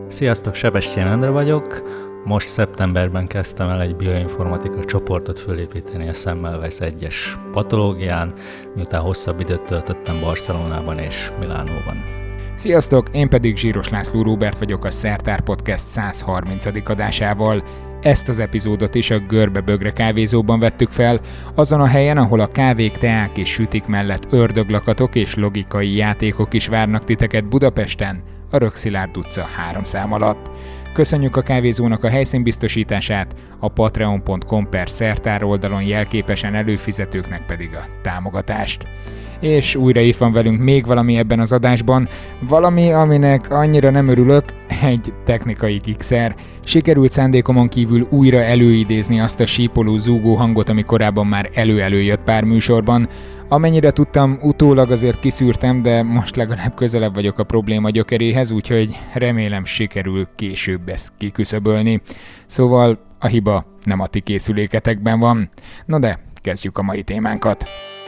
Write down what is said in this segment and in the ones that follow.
Sziasztok, Sebestyén Endre vagyok. Most szeptemberben kezdtem el egy bioinformatika csoportot fölépíteni a Semmelweis 1-es patológián, miután hosszabb időt töltöttem Barcelonában és Milánóban. Sziasztok, én pedig Zsíros László Róbert vagyok a Szertár Podcast 130. adásával. Ezt az epizódot is a Görbe-Bögre kávézóban vettük fel, azon a helyen, ahol a kávék, teák és sütik mellett ördöglakatok és logikai játékok is várnak titeket Budapesten, a Rökszilárd utca 3 szám alatt. Köszönjük a kávézónak a helyszínbiztosítását, a patreon.com/szertár oldalon jelképesen előfizetőknek pedig a támogatást. És újra itt van velünk még valami ebben az adásban, valami, aminek annyira nem örülök, egy technikai kikszer. Sikerült szándékomon kívül újra előidézni azt a sípoló, zúgó hangot, ami korábban már előjött pár műsorban. Amennyire tudtam, utólag azért kiszűrtem, de most legalább közelebb vagyok a probléma gyökeréhez, úgyhogy remélem sikerül később ezt kiküszöbölni. Szóval a hiba nem a ti készüléketekben van. Na de, kezdjük a mai témánkat.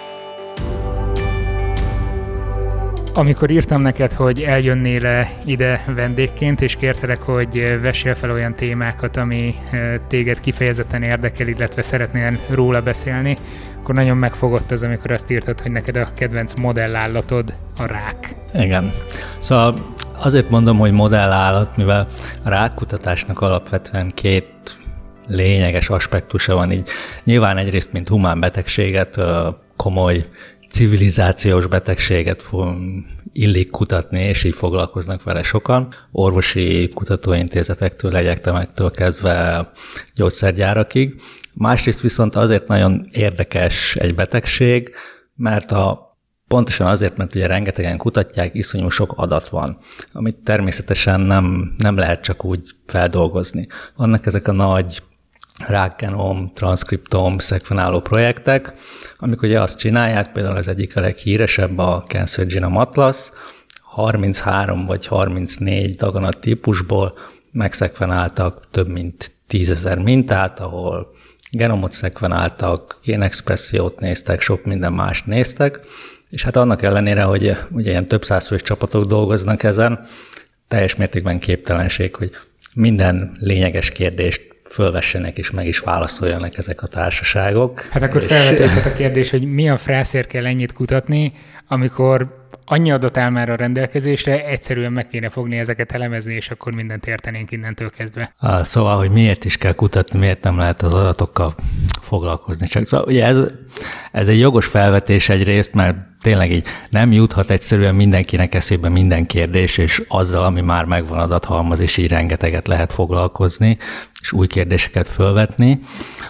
Amikor írtam neked, hogy eljönnél ide vendégként, és kértelek, hogy vessél fel olyan témákat, ami téged kifejezetten érdekel, illetve szeretnél róla beszélni, akkor nagyon megfogott az, amikor azt írtad, hogy neked a kedvenc modellállatod a rák. Igen. Szóval azért mondom, hogy modellállat, mivel a rákkutatásnak alapvetően két lényeges aspektusa van így. Nyilván egyrészt, mint humán betegséget, komoly civilizációs betegséget illik kutatni, és így foglalkoznak vele sokan. Orvosi kutatóintézetektől, egyetemektől kezdve gyógyszergyárakig. Másrészt viszont azért nagyon érdekes egy betegség, mert pontosan azért, mert ugye rengetegen kutatják, iszonyú sok adat van, amit természetesen nem lehet csak úgy feldolgozni. Vannak ezek a nagy rákgenom, transzkriptom, szekvenáló projektek, amik ugye azt csinálják, például az egyik a leghíresebb, a Cancer Genome Atlas, 33 vagy 34 daganat típusból megszekvenáltak több mint 10 000 mintát, ahol genomot szekvenáltak, génexpressziót néztek, sok minden mást néztek, és hát annak ellenére, hogy ugye ilyen több százfős csapatok dolgoznak ezen, teljes mértékben képtelenség, hogy minden lényeges kérdést fölvessenek és meg is válaszoljanak ezek a társaságok. Hát akkor felvetődhet a kérdés, hogy mi a frászért kell ennyit kutatni, amikor annyi adat áll már a rendelkezésre, egyszerűen meg kéne fogni ezeket, elemezni, és akkor mindent értenénk innentől kezdve. Szóval, hogy miért is kell kutatni, miért nem lehet az adatokkal foglalkozni. Csak szóval, ugye ez egy jogos felvetés egyrészt, mert tényleg így nem juthat egyszerűen mindenkinek eszébe minden kérdés, és azzal, ami már megvan adathalmaz, és így rengeteget lehet foglalkozni, és új kérdéseket fölvetni.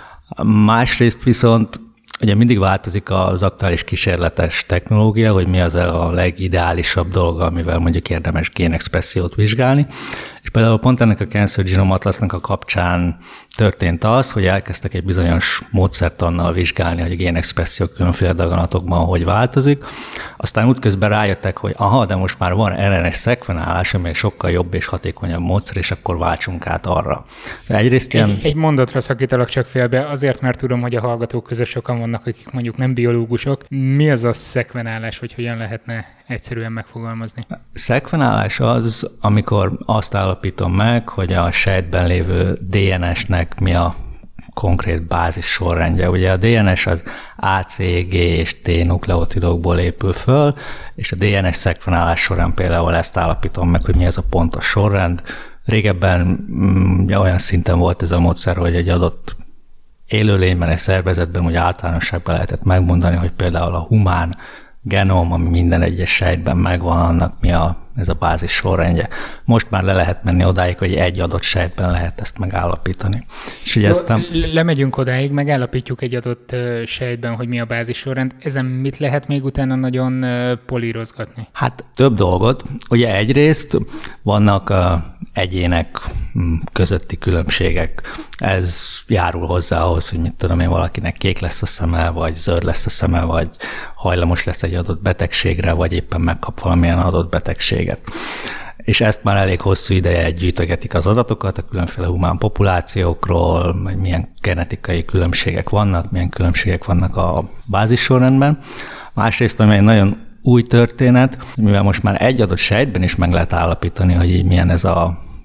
Másrészt viszont ugye mindig változik az aktuális kísérletes technológia, hogy mi az a legideálisabb dolog, amivel mondjuk érdemes génexpressziót vizsgálni. És például pont ennek a Cancer Genome Atlasnak a kapcsán történt az, hogy elkezdtek egy bizonyos módszertannal vizsgálni, hogy a génexpresszió különféle daganatokban hogy változik. Aztán útközben rájöttek, hogy de most már van RNS szekvenálás, ami egy sokkal jobb és hatékonyabb módszer, és akkor váltsunk át arra. Egyrészt egy mondatra szakítalak csak félbe, azért, mert tudom, hogy a hallgatók között sokan vannak, akik mondjuk nem biológusok. Mi az a szekvenálás, vagy hogyan lehetne egyszerűen megfogalmazni? Szekvenálás az, amikor azt állapítom meg, hogy a sejtben lévő DNS-nek mi a konkrét bázis sorrendje. Ugye a DNS az A, C, G és T nukleotidokból épül föl, és a DNS szekvenálás során például ezt állapítom meg, hogy mi ez a pontos sorrend. Régebben olyan szinten volt ez a módszer, hogy egy adott élőlényben, egy szervezetben úgy általánosságban lehetett megmondani, hogy például a humán genom, ami minden egyes sejtben megvan, annak ez a bázis sorrendje. Most már le lehet menni odáig, hogy egy adott sejtben lehet ezt megállapítani. És ugye lemegyünk odáig, megállapítjuk egy adott sejtben, hogy mi a bázis sorrend. Ezen mit lehet még utána nagyon polírozgatni? Hát több dolgot. Ugye egyrészt vannak egyének közötti különbségek. Ez járul hozzá ahhoz, hogy mit tudom én, valakinek kék lesz a szeme, vagy zöld lesz a szeme, vagy hajlamos lesz egy adott betegségre, vagy éppen megkap valamilyen adott betegséget. És ezt már elég hosszú ideje gyűjtögetik az adatokat a különféle humán populációkról, hogy milyen genetikai különbségek vannak, milyen különbségek vannak a bázissorrendben. Másrészt, ami egy nagyon új történet, mivel most már egy adott sejtben is meg lehet állapítani, hogy így milyen ez a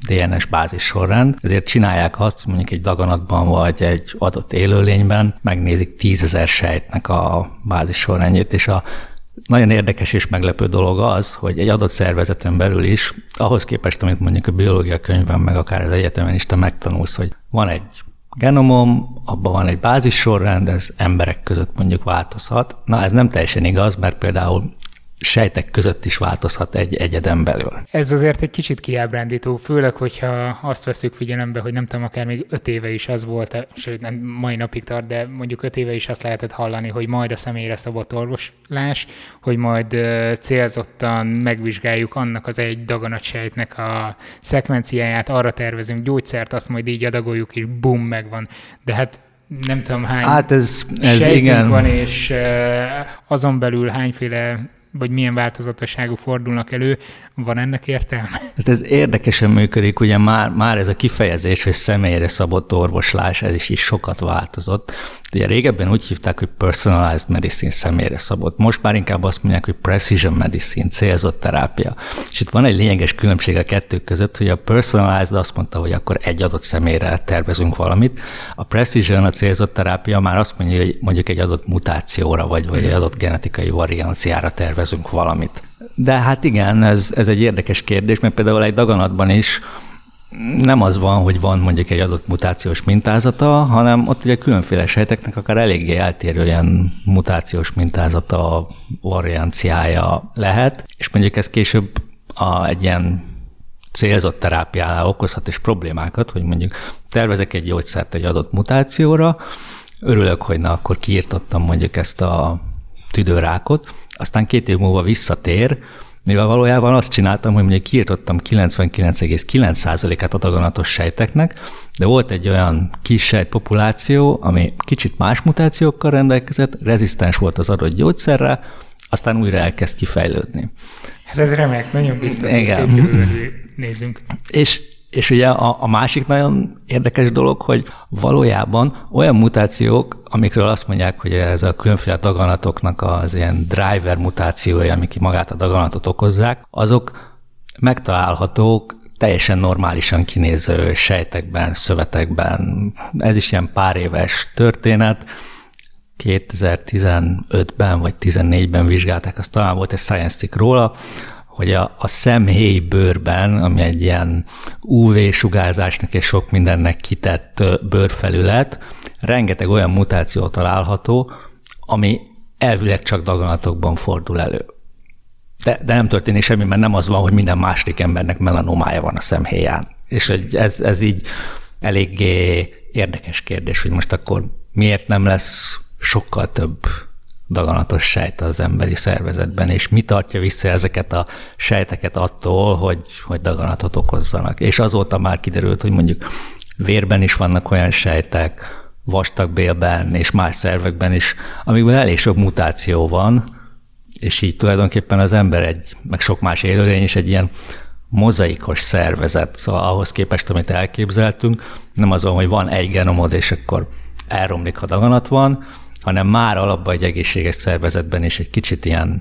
DNS bázis sorrend, ezért csinálják azt, mondjuk egy daganatban vagy egy adott élőlényben megnézik 10 000 sejtnek a bázis sorrendjét, és a nagyon érdekes és meglepő dolog az, hogy egy adott szervezeten belül is, ahhoz képest, amit mondjuk a biológia könyvben, meg akár az egyetemen is te megtanulsz, hogy van egy genomom, abban van egy bázissorrend, ez emberek között mondjuk változhat. Na, ez nem teljesen igaz, mert például sejtek között is változhat egy egyeden belül. Ez azért egy kicsit kiábrándító, főleg, hogyha azt veszük figyelembe, hogy nem tudom, akár még 5 éve is az volt, sőt, mai napig tart, de mondjuk 5 éve is azt lehetett hallani, hogy majd a személyre szabott orvoslás, hogy majd célzottan megvizsgáljuk annak az egy daganatsejtnek a szekvenciáját, arra tervezünk gyógyszert, azt majd így adagoljuk, és bum, megvan. De hát nem tudom, hány ez sejtünk igen. van, és azon belül hányféle vagy milyen változatosságú fordulnak elő, van ennek értelme? Hát ez érdekesen működik, ugye már ez a kifejezés, hogy személyre szabott orvoslás, ez is sokat változott. Ugye régebben úgy hívták, hogy personalized medicine, személyre szabott. Most már inkább azt mondják, hogy precision medicine, célzott terápia. És itt van egy lényeges különbség a kettő között, hogy a personalized azt mondta, hogy akkor egy adott személyre tervezünk valamit. A precision, a célzott terápia már azt mondja, hogy mondjuk egy adott mutációra, vagy egy adott genetikai varianciára tervezünk valamit. De hát igen, ez egy érdekes kérdés, mert például egy daganatban is nem az van, hogy van mondjuk egy adott mutációs mintázata, hanem ott ugye különféle sejteknek akár eléggé eltérő ilyen mutációs mintázata, varianciája lehet, és mondjuk ez később egy ilyen célzott terápiánál okozhat is problémákat, hogy mondjuk tervezek egy gyógyszert egy adott mutációra, örülök, hogy na akkor kiirtottam mondjuk ezt a tüdőrákot, aztán 2 év múlva visszatér, mivel valójában azt csináltam, hogy mondjuk kiirtottam 99,9%-át a daganatos sejteknek, de volt egy olyan kis sejtpopuláció, ami kicsit más mutációkkal rendelkezett, rezisztens volt az adott gyógyszerre, aztán újra elkezd kifejlődni. Hát ez remek, nagyon biztos, hogy szép nézünk. És ugye a másik nagyon érdekes dolog, hogy valójában olyan mutációk, amikről azt mondják, hogy ez a különféle daganatoknak az ilyen driver mutációja, amik magát a daganatot okozzák, azok megtalálhatók teljesen normálisan kinéző sejtekben, szövetekben. Ez is ilyen pár éves történet. 2015-ben vagy 2014-ben vizsgálták, azt talán volt egy science cikk róla, hogy a szemhéj bőrben, ami egy ilyen UV-sugárzásnak és sok mindennek kitett bőrfelület, rengeteg olyan mutáció található, ami elvileg csak daganatokban fordul elő. De nem történik semmi, mert nem az van, hogy minden második embernek melanomája van a szemhéján. És ez így eléggé érdekes kérdés, hogy most akkor miért nem lesz sokkal több daganatos sejt az emberi szervezetben, és mi tartja vissza ezeket a sejteket attól, hogy daganatot okozzanak. És azóta már kiderült, hogy mondjuk vérben is vannak olyan sejtek, vastagbélben és más szervekben is, amikben elég sok mutáció van, és így tulajdonképpen az ember meg sok más élőlény is egy ilyen mozaikos szervezet. Szóval ahhoz képest, amit elképzeltünk, nem az van, hogy van egy genomod, és akkor elromlik, ha daganat van, hanem már alapban egy egészséges szervezetben is egy kicsit ilyen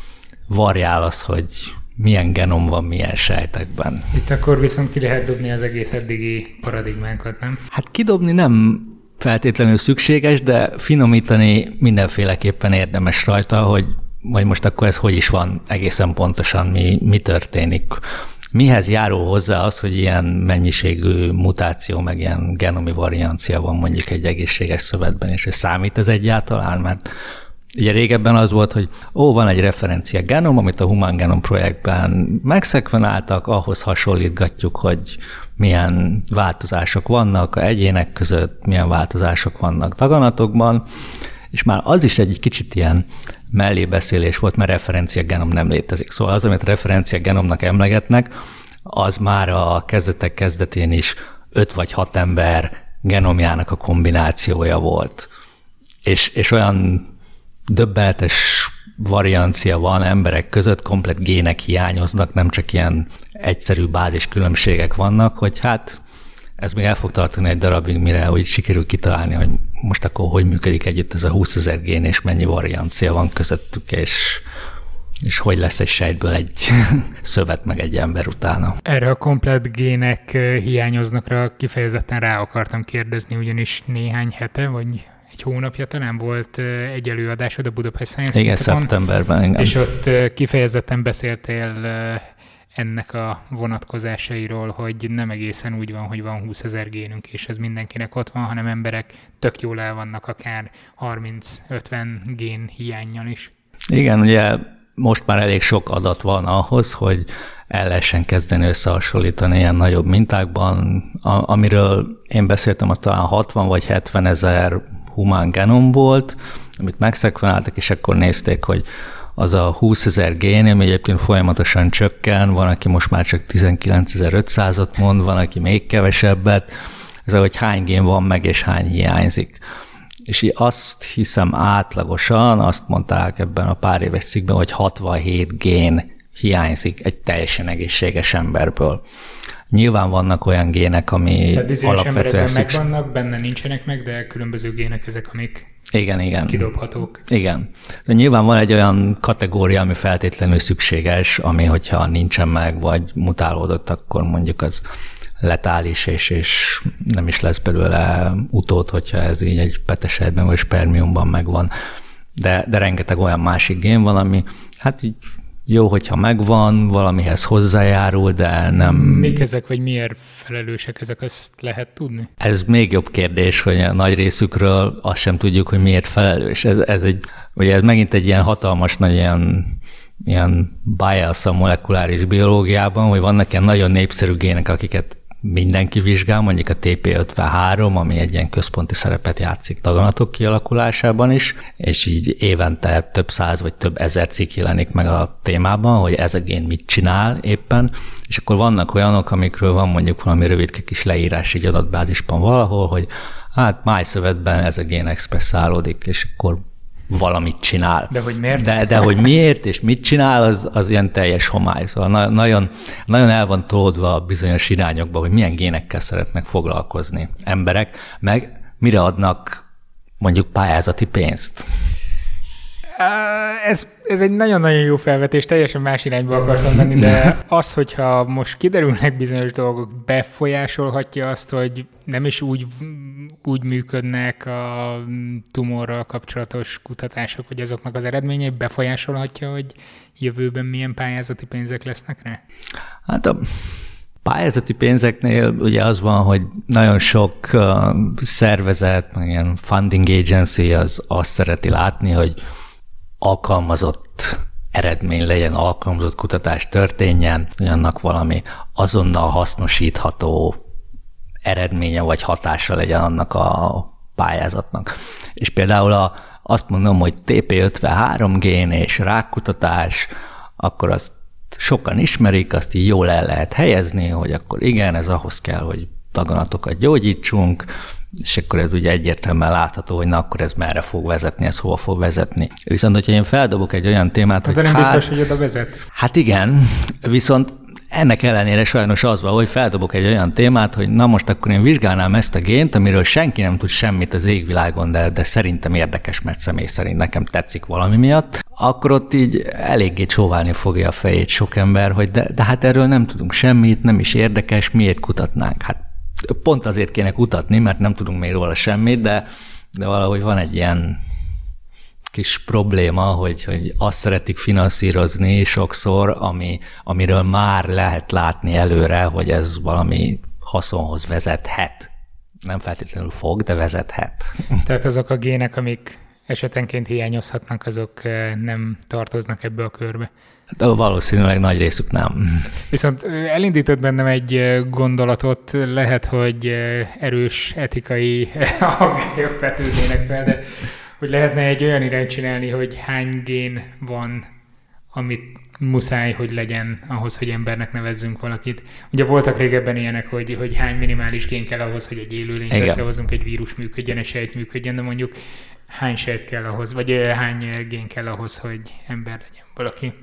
variál az, hogy milyen genom van milyen sejtekben. Itt akkor viszont ki lehet dobni az egész eddigi paradigmánkat, nem? Hát kidobni nem feltétlenül szükséges, de finomítani mindenféleképpen érdemes rajta, hogy most akkor ez hogy is van egészen pontosan, mi történik. Mihez járul hozzá az, hogy ilyen mennyiségű mutáció, meg ilyen genomi variancia van mondjuk egy egészséges szövetben, és hogy számít ez egyáltalán? Mert ugye régebben az volt, hogy van egy referencia genom, amit a Human Genome projektben megszekvenáltak, ahhoz hasonlítgatjuk, hogy milyen változások vannak a egyének között, milyen változások vannak daganatokban, és már az is egy kicsit ilyen mellébeszélés volt, mert referenciagenom nem létezik. Szóval az, amit referenciagenomnak emlegetnek, az már a kezdetek kezdetén is 5 vagy 6 ember genomjának a kombinációja volt. És olyan döbbenetes variancia van emberek között, komplett gének hiányoznak, nem csak ilyen egyszerű bázis különbségek vannak, hogy hát ez még el fog tartani egy darabig, mire úgy sikerül kitalálni, hogy most akkor hogy működik együtt ez a 20 000 gén, és mennyi variancia van közöttük, és és hogy lesz egy sejtből egy szövet meg egy ember utána. Erre a komplett gének hiányoznakra kifejezetten rá akartam kérdezni, ugyanis néhány hete, vagy egy hónapja talán volt egy előadásod a Budapest Science Igen, szeptemberben. Igen. És ott kifejezetten beszéltél ennek a vonatkozásairól, hogy nem egészen úgy van, hogy van 20 000 génünk, és ez mindenkinek ott van, hanem emberek tök jól el vannak akár 30-50 gén hiánnyal is. Igen, ugye most már elég sok adat van ahhoz, hogy el lehessen kezdeni összehasonlítani ilyen nagyobb mintákban. Amiről én beszéltem, az talán 60 vagy 70 000 humán genom volt, amit megszekvenáltak, és akkor nézték, hogy az a 20 000 gén, ami egyébként folyamatosan csökken, van, aki most már csak 19.500-ot mond, van, aki még kevesebbet, ez hogy hány gén van meg, és hány hiányzik. És azt hiszem átlagosan, azt mondták ebben a pár éves cikkben, hogy 67 gén hiányzik egy teljesen egészséges emberből. Nyilván vannak olyan gének, ami alapvetően megvannak, benne nincsenek meg, de különböző gének ezek, amik igen. kidobhatók. Igen. De nyilván van egy olyan kategória, ami feltétlenül szükséges, ami hogyha nincsen meg, vagy mutálódott, akkor mondjuk az letális, és nem is lesz belőle utód, hogyha ez így egy petesejtben vagy spermiumban megvan. De rengeteg olyan másik gén van, ami hát így jó, hogyha megvan, valamihez hozzájárul, de nem... Mik ezek, vagy miért felelősek ezek, azt lehet tudni? Ez még jobb kérdés, hogy a nagy részükről azt sem tudjuk, hogy miért felelős. Ez megint egy ilyen hatalmas, nagy ilyen bias a molekuláris biológiában, hogy vannak ilyen nagyon népszerű gének, akiket mindenki vizsgál, mondjuk a TP53, ami egy ilyen központi szerepet játszik daganatok kialakulásában is, és így évente több száz vagy több ezer cikk jelenik meg a témában, hogy ez a gén mit csinál éppen, és akkor vannak olyanok, amikről van mondjuk valami rövidke kis leírás így adatbázisban valahol, hogy hát májszövetben ez a gén expresszálódik, és akkor valamit csinál. De hogy miért? De hogy miért és mit csinál, az ilyen teljes homály. Szóval nagyon, nagyon el van tolódva bizonyos irányokba, hogy milyen génekkel szeretnek foglalkozni emberek, meg mire adnak mondjuk pályázati pénzt. Ez egy nagyon-nagyon jó felvetés, teljesen más irányba akartam menni, de az, hogyha most kiderülnek bizonyos dolgok, befolyásolhatja azt, hogy nem is úgy működnek a tumorral kapcsolatos kutatások, vagy azoknak az eredményei, befolyásolhatja, hogy jövőben milyen pályázati pénzek lesznek rá? Hát a pályázati pénzeknél ugye az van, hogy nagyon sok szervezet, meg ilyen funding agency az azt szereti látni, hogy alkalmazott eredmény legyen, alkalmazott kutatás történjen, hogy annak valami azonnal hasznosítható eredménye vagy hatása legyen annak a pályázatnak. És például azt mondom, hogy TP53 gén és rákkutatás, akkor azt sokan ismerik, azt így jól el lehet helyezni, hogy akkor igen, ez ahhoz kell, hogy daganatokat gyógyítsunk, és akkor ez ugye egyértelműen látható, hogy na akkor ez merre fog vezetni, ez hova fog vezetni. Viszont, hogyha én feldobok egy olyan témát, hogy nem biztos, hogy oda vezet. Hát igen, viszont ennek ellenére sajnos az van, hogy feldobok egy olyan témát, hogy na most akkor én vizsgálnám ezt a gént, amiről senki nem tud semmit az égvilágon, de szerintem érdekes, mert személy szerint nekem tetszik valami miatt, akkor ott így eléggé csóválni fogja a fejét sok ember, hogy de hát erről nem tudunk semmit, nem is érdekes, miért kutatnánk? Hát pont azért kéne kutatni, mert nem tudunk még róla semmit, de valahogy van egy ilyen kis probléma, hogy azt szeretik finanszírozni sokszor, amiről már lehet látni előre, hogy ez valami haszonhoz vezethet. Nem feltétlenül fog, de vezethet. Tehát azok a gének, amik esetenként hiányozhatnak, azok nem tartoznak ebbe a körbe. De valószínűleg nagy részük nem. Viszont elindított bennem egy gondolatot, lehet, hogy erős etikai aggályok vetődnének fel, de hogy lehetne egy olyan irányt csinálni, hogy hány gén van, amit muszáj, hogy legyen ahhoz, hogy embernek nevezzünk valakit. Ugye voltak régebben ilyenek, hogy hány minimális gén kell ahhoz, hogy egy élőlényt összehozunk, egy vírus működjön, egy sejt működjön, de mondjuk hány sejt kell ahhoz, vagy hány gén kell ahhoz, hogy ember legyen valaki.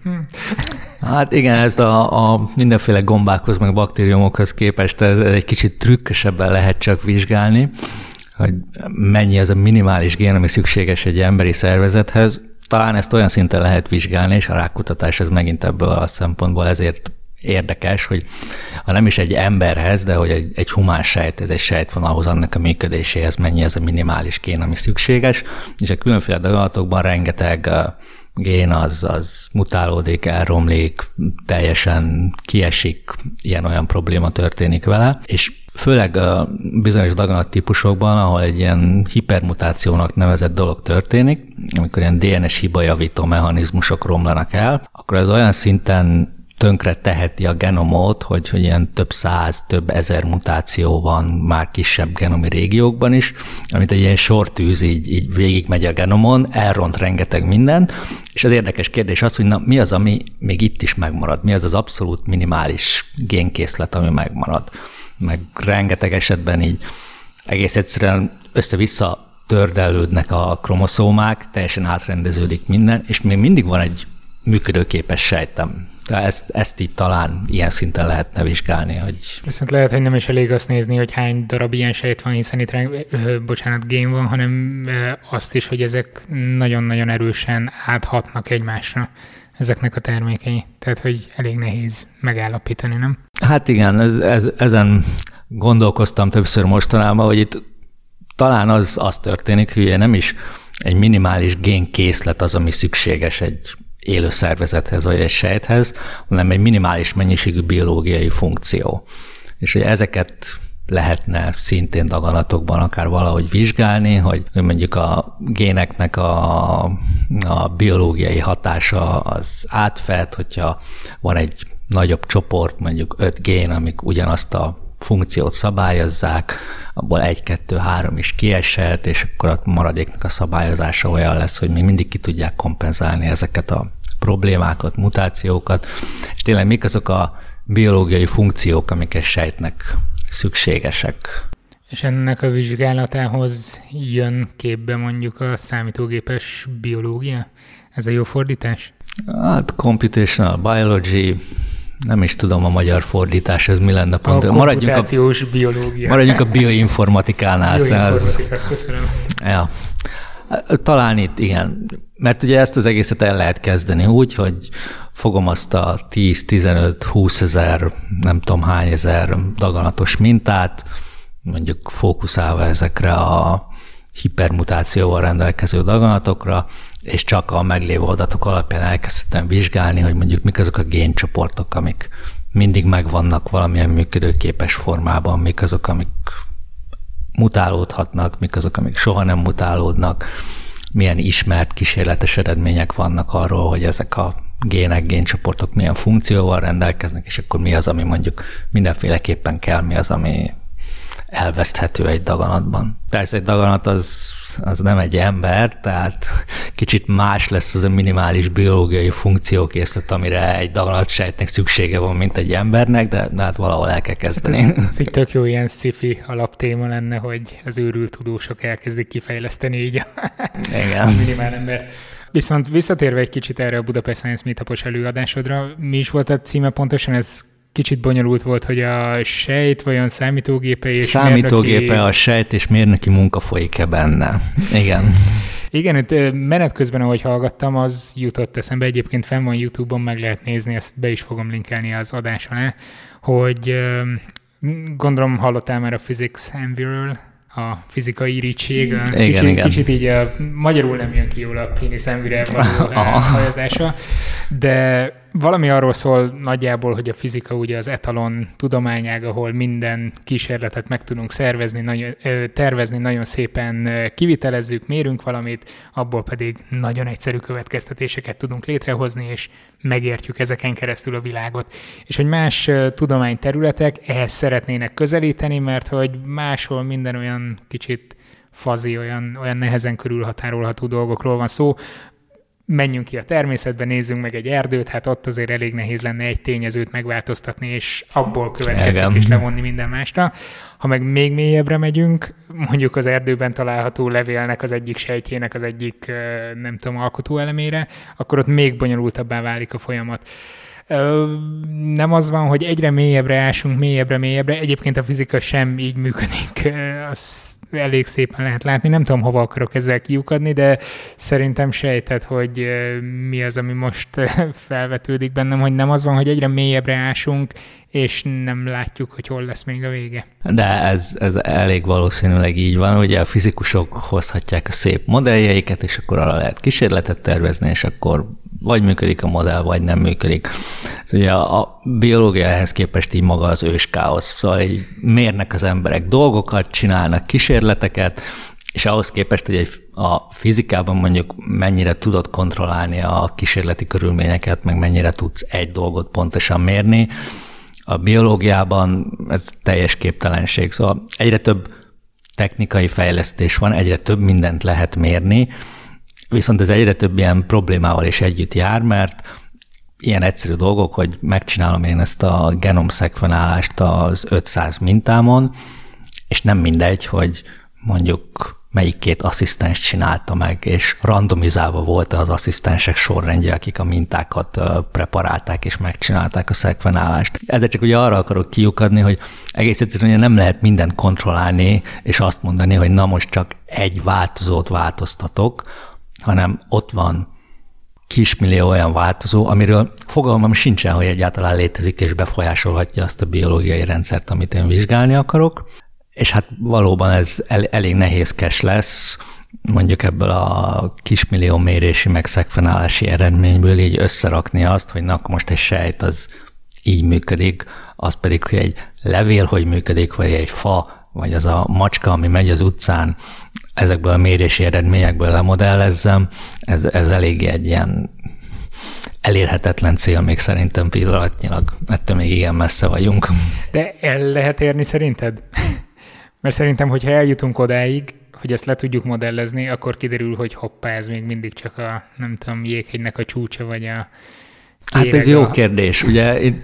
Hát igen, ez a mindenféle gombákhoz, meg baktériumokhoz képest ez egy kicsit trükkösebben lehet csak vizsgálni, hogy mennyi az a minimális gén, ami szükséges egy emberi szervezethez. talán ezt olyan szinten lehet vizsgálni, és a rákkutatás ez megint ebből a szempontból ezért érdekes, hogy ha nem is egy emberhez, de hogy egy humán sejt, ez egy sejtvonalhoz, annak a működéséhez mennyi ez a minimális gén, ami szükséges, és a különféle daganatokban rengeteg gén az mutálódik, elromlik, teljesen kiesik, ilyen-olyan probléma történik vele, és főleg a bizonyos daganattípusokban, ahol egy ilyen hipermutációnak nevezett dolog történik, amikor ilyen DNS hibajavító mechanizmusok romlanak el, akkor ez olyan szinten tönkre teheti a genomot, hogy ilyen több száz, több ezer mutáció van már kisebb genomi régiókban is, amit egy ilyen sortűz így végigmegy a genomon, elront rengeteg mindent, és az érdekes kérdés az, hogy na, mi az, ami még itt is megmarad, mi az az abszolút minimális génkészlet, ami megmarad. Meg rengeteg esetben így egész egyszerűen össze-vissza tördelődnek a kromoszómák, teljesen átrendeződik minden, és még mindig van egy működőképes sejtem. Tehát ezt így talán ilyen szinten lehetne vizsgálni, hogy... Viszont lehet, hogy nem is elég azt nézni, hogy hány darab ilyen sejt van, hiszen itt gén van, hanem azt is, hogy ezek nagyon-nagyon erősen áthatnak egymásra, ezeknek a termékei. Tehát, hogy elég nehéz megállapítani, nem? Hát igen, ezen gondolkoztam többször mostanában, hogy itt talán az történik, hogy nem is egy minimális génkészlet az, ami szükséges egy élő szervezethez vagy egy sejthez, hanem egy minimális mennyiségű biológiai funkció. És hogy ezeket lehetne szintén daganatokban akár valahogy vizsgálni, hogy mondjuk a géneknek a biológiai hatása az átfed, hogyha van egy nagyobb csoport, mondjuk 5 gén, amik ugyanazt a funkciót szabályozzák, abból 1, 2, 3 is kiesett, és akkor a maradéknak a szabályozása olyan lesz, hogy még mindig ki tudják kompenzálni ezeket a problémákat, mutációkat, és tényleg mik azok a biológiai funkciók, amik egy sejtnek szükségesek. És ennek a vizsgálatához jön képbe mondjuk a számítógépes biológia? Ez a jó fordítás? Hát computational biology, nem is tudom a magyar fordítás, ez mi lenne pont. A komputációs biológia. Maradjunk a bioinformatikánál. Bioinformatika, köszönöm. Ja. Talán itt igen, mert ugye ezt az egészet el lehet kezdeni úgy, hogy fogom azt a 10-15-20 ezer, nem tudom hány ezer daganatos mintát, mondjuk fókuszálva ezekre a hipermutációval rendelkező daganatokra, és csak a meglévő adatok alapján elkezdtem vizsgálni, hogy mondjuk mik azok a géncsoportok, amik mindig megvannak valamilyen működőképes formában, mik azok, amik mutálódhatnak, mik azok, amik soha nem mutálódnak, milyen ismert kísérletes eredmények vannak arról, hogy ezek a gének, géncsoportok milyen funkcióval rendelkeznek, és akkor mi az, ami mondjuk mindenféleképpen kell, mi az, ami elveszthető egy daganatban. Persze egy daganat az nem egy ember, tehát kicsit más lesz az a minimális biológiai funkciókészlet, amire egy daganatsejtnek szüksége van, mint egy embernek, de hát valahol el kell kezdeni. Ez így tök jó ilyen sci-fi alaptéma lenne, hogy az őrült tudósok elkezdik kifejleszteni így a minimál embert. Viszont visszatérve egy kicsit erre a Budapest Science Meetupos előadásodra, mi is volt a címe pontosan? Ez kicsit bonyolult volt, hogy a sejt vajon számítógépe és számítógépe, a sejt és mérnöki munka folyik-e benne. Igen. Igen, itt menet közben, ahogy hallgattam, az jutott eszembe. Egyébként fenn van YouTube-on, meg lehet nézni, ezt be is fogom linkelni az adás alá, hogy gondolom hallottál már a Physics Envy-ről, a fizikai irítség, kicsit így magyarul nem jön ki jól a pénisz envire való hajazása, de valami arról szól nagyjából, hogy a fizika ugye az etalon tudományág, ahol minden kísérletet meg tudunk tervezni, nagyon szépen kivitelezzük, mérünk valamit, abból pedig nagyon egyszerű következtetéseket tudunk létrehozni, és megértjük ezeken keresztül a világot. És hogy más tudományterületek ehhez szeretnének közelíteni, mert hogy máshol minden olyan kicsit fazi, olyan nehezen körülhatárolható dolgokról van szó. Menjünk ki a természetbe, nézzünk meg egy erdőt, hát ott azért elég nehéz lenne egy tényezőt megváltoztatni, és abból következtetést levonni minden másra. Ha meg még mélyebbre megyünk, mondjuk az erdőben található levélnek az egyik sejtjének az egyik, nem tudom, alkotóelemére, akkor ott még bonyolultabbá válik a folyamat. Nem az van, hogy egyre mélyebbre ásunk, mélyebbre. Egyébként a fizika sem így működik. Azt elég szépen lehet látni. Nem tudom, hova akarok ezzel kiukadni, de szerintem sejted, hogy mi az, ami most felvetődik bennem, hogy nem az van, hogy egyre mélyebbre ásunk, és nem látjuk, hogy hol lesz még a vége. De ez elég valószínűleg így van, ugye a fizikusok hozhatják a szép modelljeiket, és akkor arra lehet kísérletet tervezni, és akkor vagy működik a modell, vagy nem működik. Ugye a biológia ehhez képest így maga az őskáosz. Szóval így mérnek az emberek dolgokat, csinálnak kísérleteket, és ahhoz képest, hogy a fizikában mondjuk mennyire tudod kontrollálni a kísérleti körülményeket, meg mennyire tudsz egy dolgot pontosan mérni, a biológiában ez teljes képtelenség. Szóval egyre több technikai fejlesztés van, egyre több mindent lehet mérni, viszont ez egyre több ilyen problémával is együtt jár, mert ilyen egyszerű dolgok, hogy megcsinálom én ezt a genomszekvenálást az 500 mintámon, és nem mindegy, hogy mondjuk melyik két asszisztens csinálta meg, és randomizálva volt az asszisztensek sorrendje, akik a mintákat preparálták és megcsinálták a szekvenálást. Ezzel csak ugye arra akarok kiukadni, hogy egész egyszerűen nem lehet mindent kontrollálni, és azt mondani, hogy na most csak egy változót változtatok, hanem ott van kismillió olyan változó, amiről fogalmam sincsen, hogy egyáltalán létezik és befolyásolhatja azt a biológiai rendszert, amit én vizsgálni akarok. És hát valóban ez elég nehézkes lesz, mondjuk ebből a kismillió mérési meg szekvenálási eredményből így összerakni azt, hogy na, most egy sejt az így működik, az pedig, hogy egy levél hogy működik, vagy egy fa, vagy az a macska, ami megy az utcán, ezekből a mérési eredményekből lemodellezzem, ez eléggé egy ilyen elérhetetlen cél még szerintem pillanatnyilag. Ettől még igen messze vagyunk. De el lehet érni szerinted? Mert szerintem, hogyha eljutunk odáig, hogy ezt le tudjuk modellezni, akkor kiderül, hogy hoppá, ez még mindig csak a, nem tudom, jéghegynek a csúcsa, vagy a... Hát ez jó kérdés. Ugye itt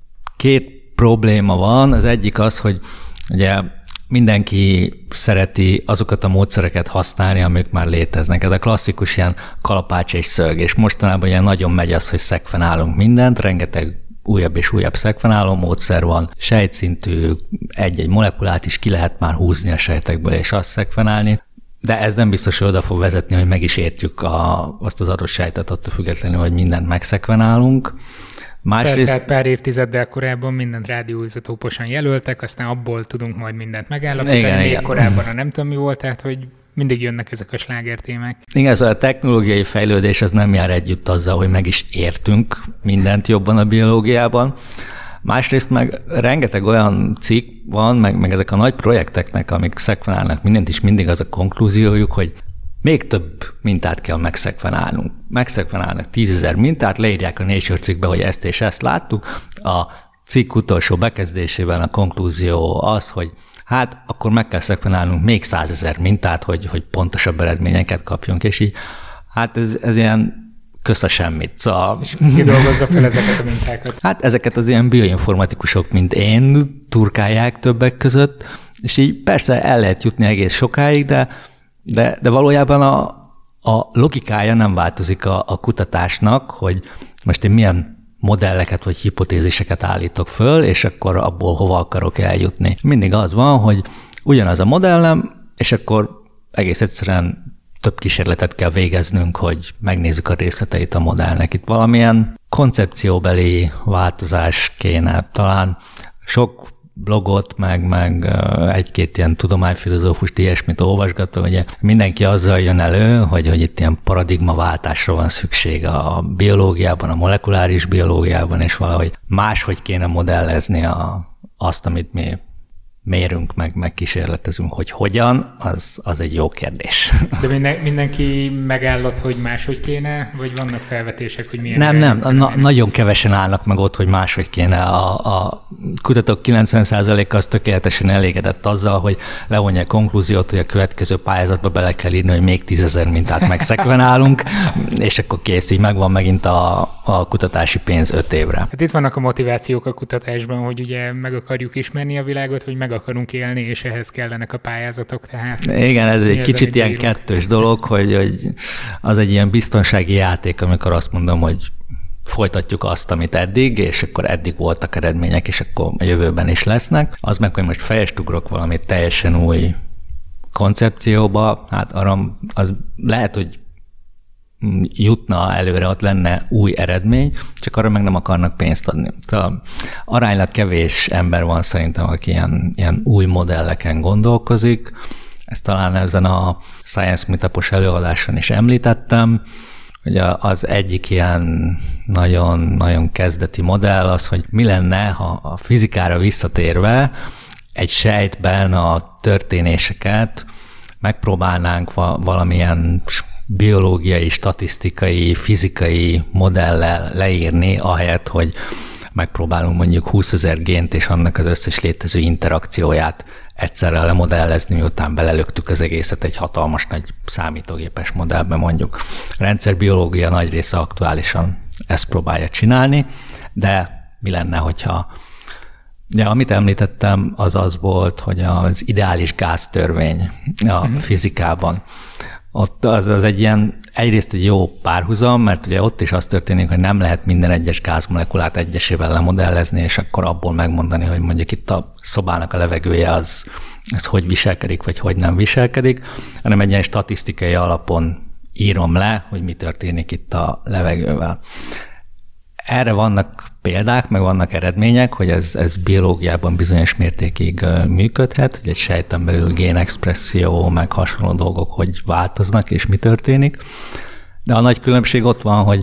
két probléma van. Az egyik az, hogy ugye mindenki szereti azokat a módszereket használni, amik már léteznek. Ez a klasszikus ilyen kalapács és szög, és mostanában ilyen nagyon megy az, hogy szekvenálunk mindent, rengeteg újabb és újabb szekvenáló módszer van, sejtszintű egy-egy molekulát is ki lehet már húzni a sejtekből és azt szekvenálni, de ez nem biztos, hogy oda fog vezetni, hogy meg is értjük azt az adott sejtet attól függetlenül, hogy mindent megszekvenálunk. Persze, hát pár évtizeddel korábban mindent rádióizotóposan jelöltek, aztán abból tudunk majd mindent megállapítani, még korábban nem tudom mi volt, tehát hogy mindig jönnek ezek a slágertémák. Igen, ez a technológiai fejlődés az nem jár együtt azzal, hogy meg is értünk mindent jobban a biológiában. Másrészt meg rengeteg olyan cikk van, meg ezek a nagy projekteknek, amik szekvenálnak mindent, is mindig az a konklúziójuk, hogy még több mintát kell megszekvenálnunk. Megszekvenálnak 10 000 mintát, leírják a Nature cikkbe, hogy ezt és ezt láttuk. A cikk utolsó bekezdésében a konklúzió az, hogy hát akkor meg kell szekvenálnunk még 100 000 mintát, hogy pontosabb eredményeket kapjunk, és így hát ez ilyen kösz a semmit. Szóval... És ki dolgozza fel ezeket a mintákat? Hát ezeket az ilyen bioinformatikusok, mint én, turkálják többek között, és így persze el lehet jutni egész sokáig, de valójában a logikája nem változik a kutatásnak, hogy most én milyen modelleket vagy hipotéziseket állítok föl, és akkor abból hova akarok eljutni. Mindig az van, hogy ugyanaz a modellem, és akkor egész egyszerűen több kísérletet kell végeznünk, hogy megnézzük a részleteit a modellnek. Itt valamilyen koncepcióbeli változás kéne. Talán sok blogot, meg egy-két ilyen tudományfilozófust, ilyesmit olvasgatva, ugye mindenki azzal jön elő, hogy itt ilyen paradigmaváltásra van szükség a biológiában, a molekuláris biológiában, és valahogy máshogy kéne modellezni azt, amit mi mérünk, meg kísérletezünk, hogy hogyan, az egy jó kérdés. De mindenki megállott, hogy máshogy kéne, vagy vannak felvetések, hogy milyen... Nem, nagyon kevesen állnak meg ott, hogy máshogy kéne. A kutatók 90%-a az tökéletesen elégedett azzal, hogy levonja a konklúziót, hogy a következő pályázatba bele kell írni, hogy még 10 000 mintát megszekvenálunk, és akkor kész, így megvan megint a kutatási pénz 5 évre. Hát itt vannak a motivációk a kutatásban, hogy ugye meg akarjuk ismerni a világot, hogy meg akarunk élni, és ehhez kellenek a pályázatok. Tehát igen, ez egy kicsit ilyen kettős dolog, hogy az egy ilyen biztonsági játék, amikor azt mondom, hogy folytatjuk azt, amit eddig, és akkor eddig voltak eredmények, és akkor a jövőben is lesznek. Az meg, hogy most fejest ugrok valami teljesen új koncepcióba, hát arra az lehet, hogy jutna előre, ott lenne új eredmény, csak arra meg nem akarnak pénzt adni. Szóval aránylag kevés ember van szerintem, aki ilyen új modelleken gondolkozik. Ezt talán ezen a Science Meetupos előadáson is említettem, hogy az egyik ilyen nagyon-nagyon kezdeti modell az, hogy mi lenne, ha a fizikára visszatérve egy sejtben a történéseket megpróbálnánk valamilyen biológiai, statisztikai, fizikai modellel leírni, ahelyett, hogy megpróbálunk mondjuk 20 000 gént és annak az összes létező interakcióját egyszerre lemodellezni, miután belelöktük az egészet egy hatalmas nagy számítógépes modellbe mondjuk. A rendszerbiológia nagy része aktuálisan ezt próbálja csinálni, de mi lenne, hogyha... De amit említettem, az volt, hogy az ideális gáztörvény a fizikában. Ott az egy ilyen, egyrészt egy jó párhuzam, mert ugye ott is az történik, hogy nem lehet minden egyes gázmolekulát egyesével lemodellezni, és akkor abból megmondani, hogy mondjuk itt a szobának a levegője az hogy viselkedik, vagy hogy nem viselkedik, hanem egy ilyen statisztikai alapon írom le, hogy mi történik itt a levegővel. Erre vannak példák, meg vannak eredmények, hogy ez biológiában bizonyos mértékig működhet, hogy egy sejten belül génexpresszió, meg hasonló dolgok, hogy változnak, és mi történik. De a nagy különbség ott van, hogy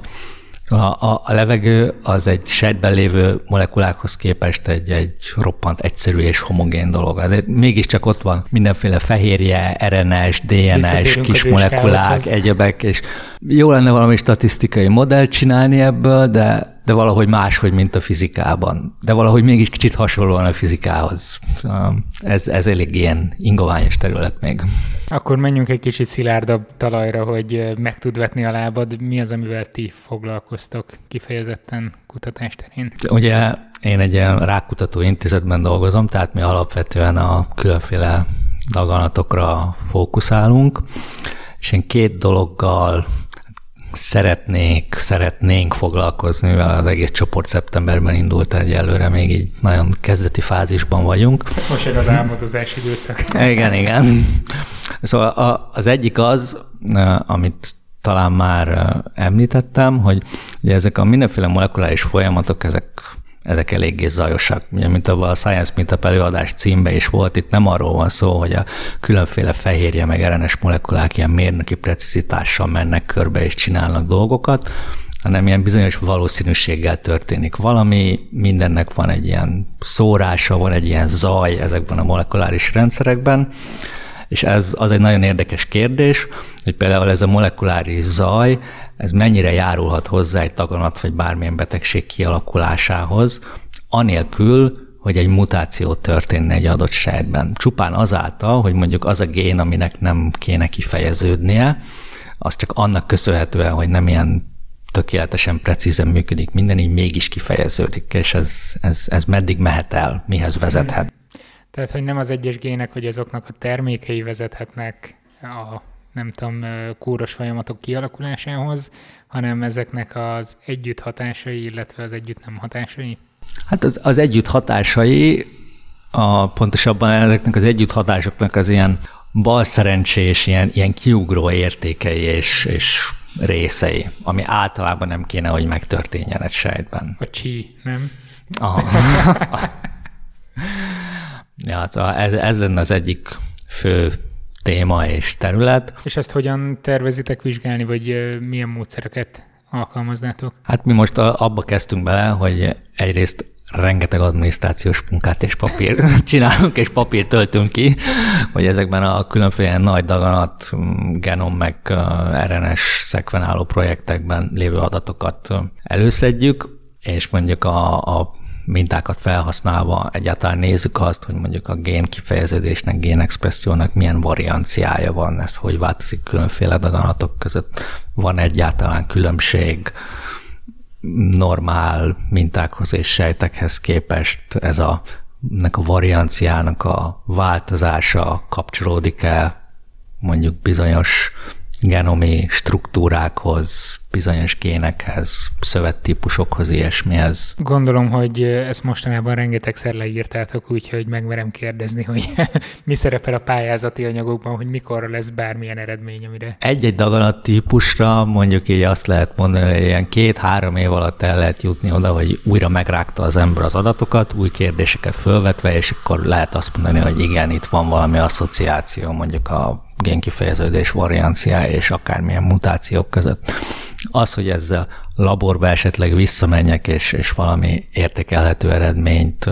a levegő az egy sejtben lévő molekulákhoz képest egy roppant egyszerű és homogén dolog. De mégiscsak ott van mindenféle fehérje, RNS, DNS, kis molekulák, egyebek, és jó lenne valami statisztikai modellt csinálni ebből, de valahogy máshogy, mint a fizikában. De valahogy mégis kicsit hasonlóan a fizikához. Ez elég ilyen ingoványos terület még. Akkor menjünk egy kicsit szilárdabb talajra, hogy meg tud vetni a lábad. Mi az, amivel ti foglalkoztok kifejezetten kutatás terén? Ugye én egy ilyen rákkutató intézetben dolgozom, tehát mi alapvetően a különféle daganatokra fókuszálunk, és én két dologgal szeretnénk foglalkozni, mivel az egész csoport szeptemberben indult egyelőre, még így nagyon kezdeti fázisban vagyunk. Most jön az álmodozás időszak. Igen. Szóval az egyik az, amit talán már említettem, hogy ugye ezek a mindenféle molekuláris folyamatok, ezek eléggé zajosak. Ugye, mint abban a Science Meetup előadás címben is volt, itt nem arról van szó, hogy a különféle fehérje meg RNS molekulák ilyen mérnöki precizitással mennek körbe és csinálnak dolgokat, hanem ilyen bizonyos valószínűséggel történik valami, mindennek van egy ilyen szórása, van egy ilyen zaj ezekben a molekuláris rendszerekben, és az egy nagyon érdekes kérdés, hogy például ez a molekuláris zaj, ez mennyire járulhat hozzá egy daganat vagy bármilyen betegség kialakulásához, anélkül, hogy egy mutáció történne egy adott sejtben. Csupán azáltal, hogy mondjuk az a gén, aminek nem kéne kifejeződnie, az csak annak köszönhetően, hogy nem ilyen tökéletesen precízen működik minden, így mégis kifejeződik, és ez meddig mehet el, mihez vezethet. Tehát, hogy nem az egyes gének, vagy azoknak a termékei vezethetnek a kúros folyamatok kialakulásához, hanem ezeknek az együtt hatásai, illetve az együtt nem hatásai? Hát az együtt hatásai, pontosabban ezeknek az együtt hatásoknak az ilyen balszerencsés, ilyen kiugró értékei és részei, ami általában nem kéne, hogy megtörténjen egy sejtben. A csí, nem? Ja, ez lenne az egyik fő téma és terület. És ezt hogyan tervezitek vizsgálni, vagy milyen módszereket alkalmaznátok? Hát mi most abba kezdtünk bele, hogy egyrészt rengeteg adminisztrációs munkát és papír csinálunk, és papírt töltünk ki, hogy ezekben a különféle nagy daganat, genom meg RNS szekvenáló projektekben lévő adatokat előszedjük, és mondjuk a mintákat felhasználva egyáltalán nézzük azt, hogy mondjuk a gén kifejeződésnek, génexpressziónak milyen varianciája van, ez hogy változik különféle daganatok között. Van egyáltalán különbség normál mintákhoz és sejtekhez képest, ennek a varianciának a változása kapcsolódik-e mondjuk bizonyos genomi struktúrákhoz, bizonyos génekhez, szövettípusokhoz, ilyesmihez. Gondolom, hogy ezt mostanában rengetegszer leírtátok, úgyhogy megmerem kérdezni, hogy mi szerepel a pályázati anyagokban, hogy mikorra lesz bármilyen eredmény, amire... Egy-egy daganattípusra mondjuk így azt lehet mondani, hogy ilyen 2-3 év alatt el lehet jutni oda, hogy újra megrágta az ember az adatokat, új kérdéseket fölvetve, és akkor lehet azt mondani, hogy igen, itt van valami asszociáció, mondjuk a génkifejeződés varianciája és akármilyen mutációk között. Az, hogy ezzel laborba esetleg visszamenjek, és valami értékelhető eredményt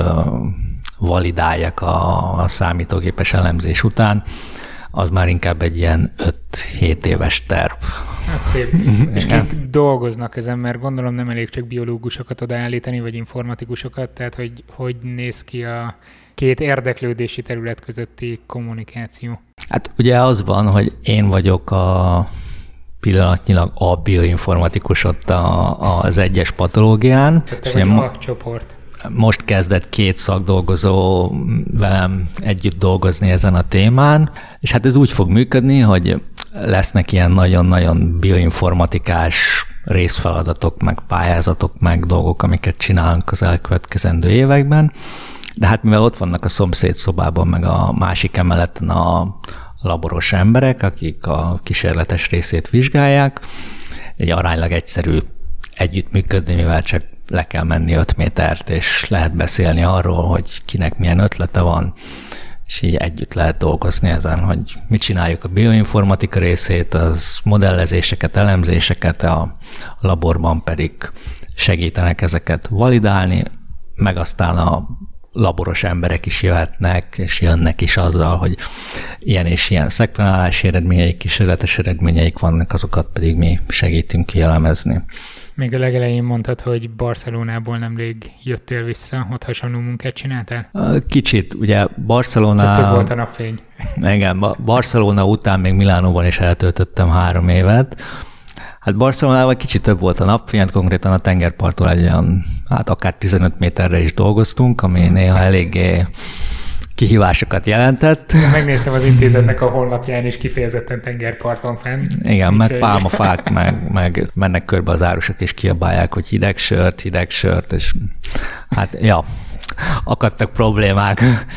validáljak a számítógépes elemzés után, az már inkább egy ilyen 5-7 éves terv. Ez szép. És kint dolgoznak ezen, mert gondolom nem elég csak biológusokat odaállítani, vagy informatikusokat, tehát hogy néz ki a két érdeklődési terület közötti kommunikáció? Hát ugye az van, hogy én vagyok pillanatnyilag a bioinformatikus ott az egyes patológián. Tehát te vagy a csoport. Most kezdett 2 szakdolgozó velem együtt dolgozni ezen a témán, és hát ez úgy fog működni, hogy lesznek ilyen nagyon-nagyon bioinformatikás részfeladatok, meg pályázatok, meg dolgok, amiket csinálunk az elkövetkezendő években, de hát mivel ott vannak a szomszéd szobában, meg a másik emeleten a laboros emberek, akik a kísérletes részét vizsgálják, egy aránylag egyszerű együttműködni, mivel csak le kell menni 5 métert, és lehet beszélni arról, hogy kinek milyen ötlete van, és így együtt lehet dolgozni ezen, hogy mit csináljuk a bioinformatika részét, az modellezéseket, elemzéseket, a laborban pedig segítenek ezeket validálni, meg aztán a laboros emberek is jöhetnek, és jönnek is azzal, hogy ilyen és ilyen szekvenálási eredményeik, kísérletes eredményeik vannak, azokat pedig mi segítünk kielemezni. Még a legelején mondtad, hogy Barcelonából nemrég jöttél vissza, ott hasonló munkát csináltál? Kicsit, ugye Barcelona... Több volt a napfény. Igen, Barcelona után még Milánóban is eltöltöttem 3 évet. Hát Barcelonában kicsit több volt a napfény, konkrétan a tengerparttól egy olyan, hát akár 15 méterre is dolgoztunk, ami néha eléggé kihívásokat jelentett. Megnéztem az intézetnek a honlapján, és kifejezetten tengerpart van fenn. Igen, meg pálmafák, meg mennek körbe az árusok, és kiabálják, hogy hideg sört, és hát ja, akadtak problémák.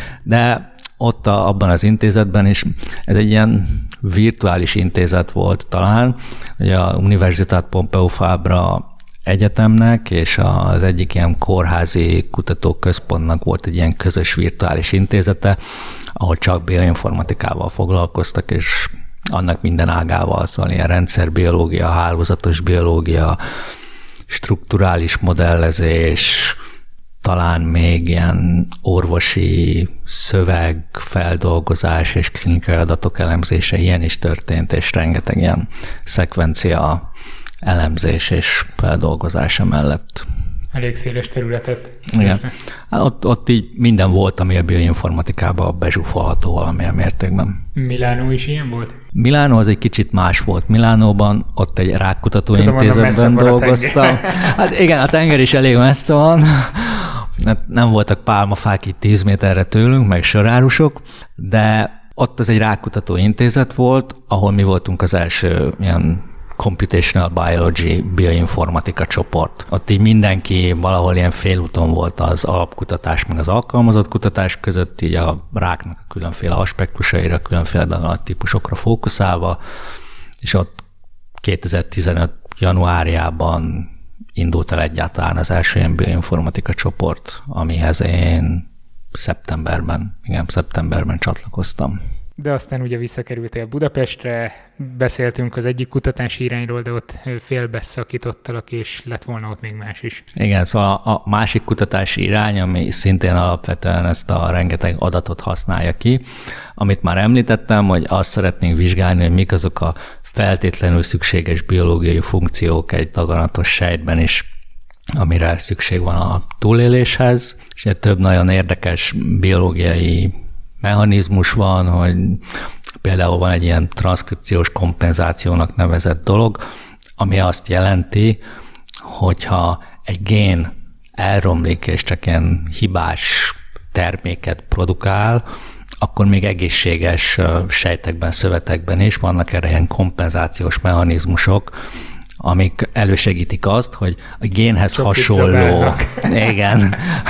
De ott abban az intézetben is, ez egy ilyen virtuális intézet volt talán, hogy a Universitat Pompeu Fabra egyetemnek és az egyik ilyen kórházi kutatóközpontnak volt egy ilyen közös virtuális intézete, ahol csak bioinformatikával foglalkoztak, és annak minden ágával, szóval ilyen rendszerbiológia, hálózatos biológia, strukturális modellezés, talán még ilyen orvosi szövegfeldolgozás és klinikai adatok elemzése, ilyen is történt, és rengeteg ilyen szekvencia elemzés és feldolgozása mellett. Elég széles területet. Igen. Ott így minden volt, ami a bioinformatikában bezsúfolható valamilyen mértékben. Milánó is ilyen volt? Milánó az egy kicsit más volt. Milánóban ott egy rákkutató intézetben dolgoztam. Hát igen, a tenger is elég messze van. Nem voltak pálmafák itt 10 méterre tőlünk, meg sörárusok, de ott az egy rákkutató intézet volt, ahol mi voltunk az első ilyen Computational Biology bioinformatika csoport. Ott így mindenki valahol ilyen félúton volt az alapkutatás meg az alkalmazott kutatás között, így a ráknak a különféle aspektusaira, különféle daganattípusokra fókuszálva, és ott 2015. januárjában indult el egyáltalán az első ilyen bioinformatika csoport, amihez én szeptemberben csatlakoztam. De aztán ugye visszakerültél Budapestre, beszéltünk az egyik kutatási irányról, de ott félbeszakítottalak, és lett volna ott még más is. Igen, szóval a másik kutatási irány, ami szintén alapvetően ezt a rengeteg adatot használja ki, amit már említettem, hogy azt szeretnénk vizsgálni, hogy mik azok a feltétlenül szükséges biológiai funkciók egy daganatos sejtben is, amire szükség van a túléléshez, és több nagyon érdekes biológiai mechanizmus van, hogy például van egy ilyen transzkripciós kompenzációnak nevezett dolog, ami azt jelenti, hogyha egy gén elromlik és csak ilyen hibás terméket produkál, akkor még egészséges sejtekben, szövetekben is vannak erre ilyen kompenzációs mechanizmusok, amik elősegítik azt, hogy a génhez hasonló... Igen.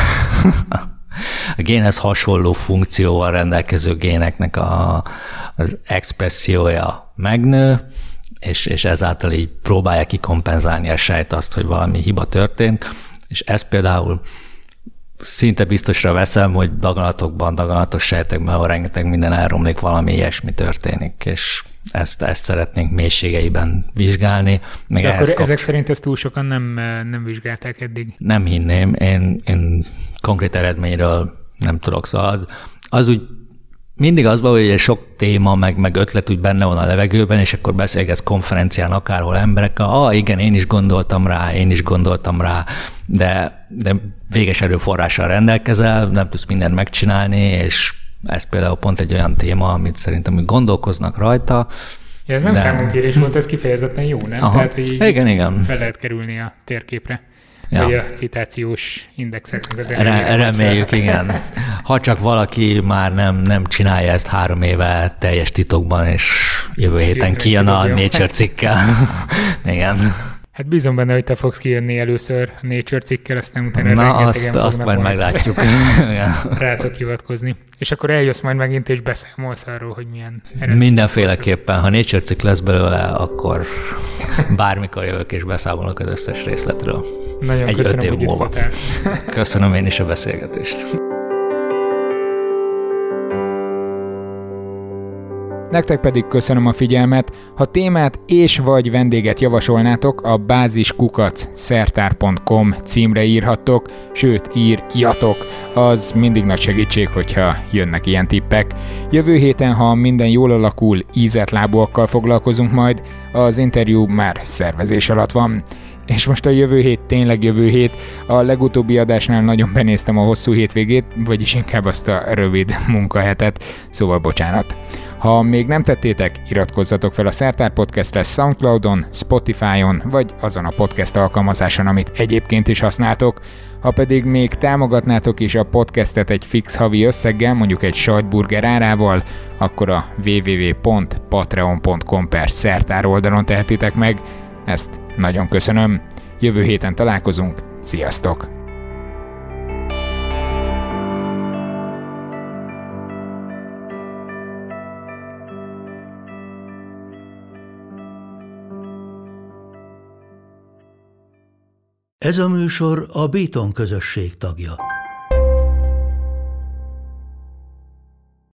A génhez hasonló funkcióval rendelkező géneknek az expressziója megnő, és ezáltal így próbálja kikompenzálni a sejt azt, hogy valami hiba történt, és ez például szinte biztosra veszem, hogy daganatokban, daganatos sejtekben, ahol rengeteg minden elromlik, valami ilyesmi történik, és ezt szeretnénk mélységeiben vizsgálni. De akkor ezek szerint ezt túl sokan nem vizsgálták eddig? Nem hinném, én konkrét eredményről nem tudok, szóval az úgy mindig az van, hogy sok téma, meg ötlet úgy benne van a levegőben, és akkor beszélgetsz konferencián akárhol emberekkel, igen, én is gondoltam rá, de véges erőforrással rendelkezel, nem tudsz mindent megcsinálni, és ez például pont egy olyan téma, amit szerintem úgy gondolkoznak rajta. Ja, ez nem számunkérés volt, ez kifejezetten jó, nem? Aha. Tehát, hogy igen. fel lehet kerülni a térképre. Ja. Vagy a citációs indexeknek az Reméljük, igen. Ha csak valaki már nem csinálja ezt 3 éve teljes titokban, és jövő héten kijön a Nature cikkel. Igen. Hát bízom benne, hogy te fogsz kijönni először a Nature cikkel, aztán utána rengetegen azt majd meglátjuk. Rátok hivatkozni. És akkor eljössz majd megint, és beszámolsz arról, hogy milyen eredmény. Mindenféleképpen. Ha Nature cikk lesz belőle, akkor bármikor jövök, és beszámolok az összes részletről. Nagyon köszönöm, hogy itt voltál. Köszönöm én is a beszélgetést. Nektek pedig köszönöm a figyelmet. Ha témát és vagy vendéget javasolnátok, a báziskukac@szertár.com címre írhattok, sőt, írjatok. Az mindig nagy segítség, hogyha jönnek ilyen tippek. Jövő héten, ha minden jól alakul, ízeltlábúakkal foglalkozunk majd, az interjú már szervezés alatt van. És most a jövő hét tényleg jövő hét. A legutóbbi adásnál nagyon benéztem a hosszú hétvégét, vagyis inkább azt a rövid munkahetet, szóval bocsánat. Ha még nem tettétek, iratkozzatok fel a Szertár Podcastre Soundcloudon, Spotify-on, vagy azon a podcast alkalmazáson, amit egyébként is használtok. Ha pedig még támogatnátok is a podcastet egy fix havi összeggel, mondjuk egy sajtburger árával, akkor a www.patreon.com/szertár oldalon tehetitek meg. Ezt nagyon köszönöm. Jövő héten találkozunk. Sziasztok! Ez a műsor a Béton közösség tagja.